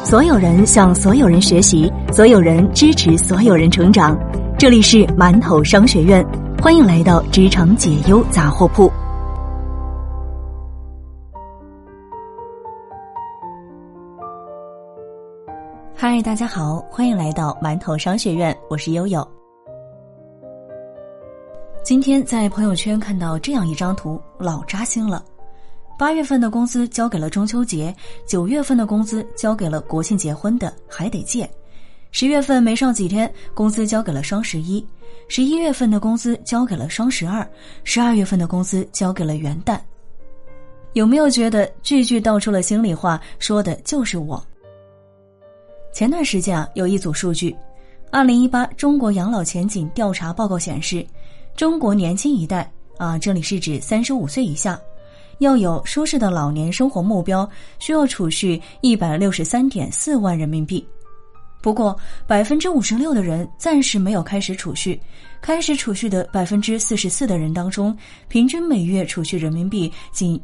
所有人向所有人学习，所有人支持所有人成长。这里是馒头商学院，欢迎来到职场解忧杂货铺。嗨，大家好，欢迎来到馒头商学院，我是悠悠。今天在朋友圈看到这样一张图，老扎心了。8月份的工资交给了中秋节，9月份的工资交给了国庆结婚的，还得借。10月份没上几天，工资交给了双11；11月份的工资交给了双12；12月份的工资交给了元旦。有没有觉得句句道出了心里话，说的就是我？前段时间有一组数据，2018中国养老前景调查报告显示，中国年轻一代这里是指35岁以下，要有舒适的老年生活目标，需要储蓄163.4万人民币。不过56%的人暂时没有开始储蓄，开始储蓄的44%的人当中，平均每月储蓄人民币仅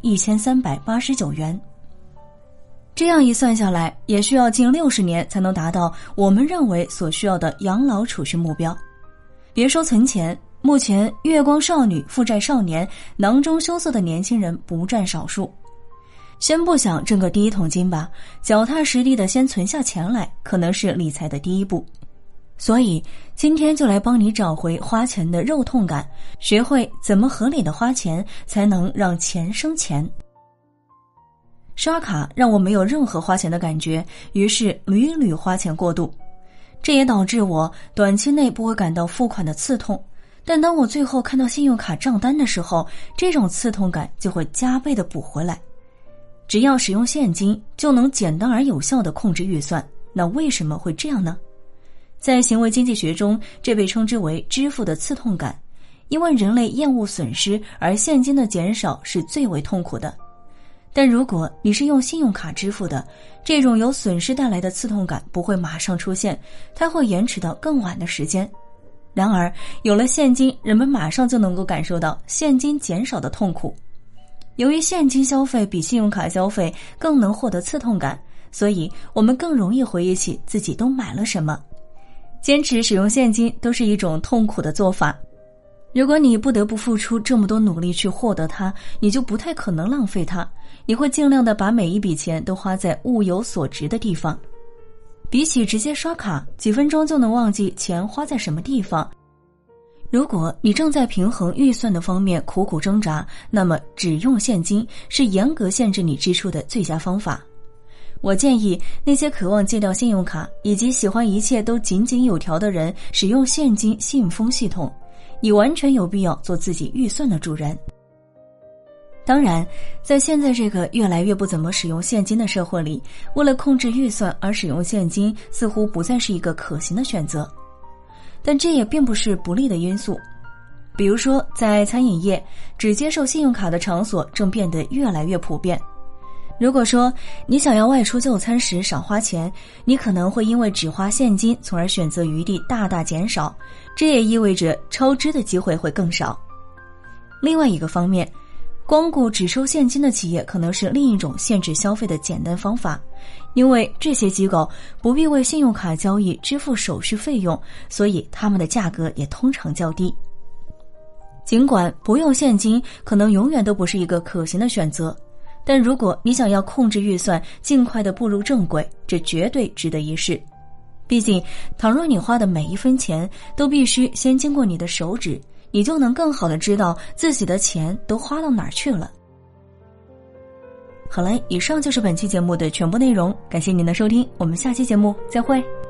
1389元。这样一算下来，也需要近60年才能达到我们认为所需要的养老储蓄目标。别说存钱，目前月光少女、负债少年、囊中羞涩的年轻人不占少数。先不想挣个第一桶金吧，脚踏实地的先存下钱来，可能是理财的第一步。所以今天就来帮你找回花钱的肉痛感，学会怎么合理的花钱，才能让钱生钱。刷卡让我没有任何花钱的感觉，于是屡屡花钱过度，这也导致我短期内不会感到付款的刺痛，但当我最后看到信用卡账单的时候，这种刺痛感就会加倍的补回来。只要使用现金就能简单而有效地控制预算，那为什么会这样呢？在行为经济学中，这被称之为支付的刺痛感，因为人类厌恶损失，而现金的减少是最为痛苦的。但如果你是用信用卡支付的，这种由损失带来的刺痛感不会马上出现，它会延迟到更晚的时间。然而有了现金，人们马上就能够感受到现金减少的痛苦。由于现金消费比信用卡消费更能获得刺痛感，所以我们更容易回忆起自己都买了什么。坚持使用现金都是一种痛苦的做法。如果你不得不付出这么多努力去获得它，你就不太可能浪费它，你会尽量的把每一笔钱都花在物有所值的地方。比起直接刷卡，几分钟就能忘记钱花在什么地方。如果你正在平衡预算的方面苦苦挣扎，那么只用现金是严格限制你支出的最佳方法。我建议那些渴望戒掉信用卡以及喜欢一切都井井有条的人使用现金信封系统，你完全有必要做自己预算的主人。当然，在现在这个越来越不怎么使用现金的社会里，为了控制预算而使用现金似乎不再是一个可行的选择。但这也并不是不利的因素。比如说，在餐饮业，只接受信用卡的场所正变得越来越普遍。如果说你想要外出就餐时少花钱，你可能会因为只花现金，从而选择余地大大减少，这也意味着超支的机会会更少。另外一个方面，光顾只收现金的企业可能是另一种限制消费的简单方法，因为这些机构不必为信用卡交易支付手续费用，所以他们的价格也通常较低。尽管不用现金可能永远都不是一个可行的选择，但如果你想要控制预算，尽快地步入正轨，这绝对值得一试。毕竟，倘若你花的每一分钱都必须先经过你的手指，你就能更好地知道自己的钱都花到哪儿去了。好了，以上就是本期节目的全部内容，感谢您的收听，我们下期节目再会。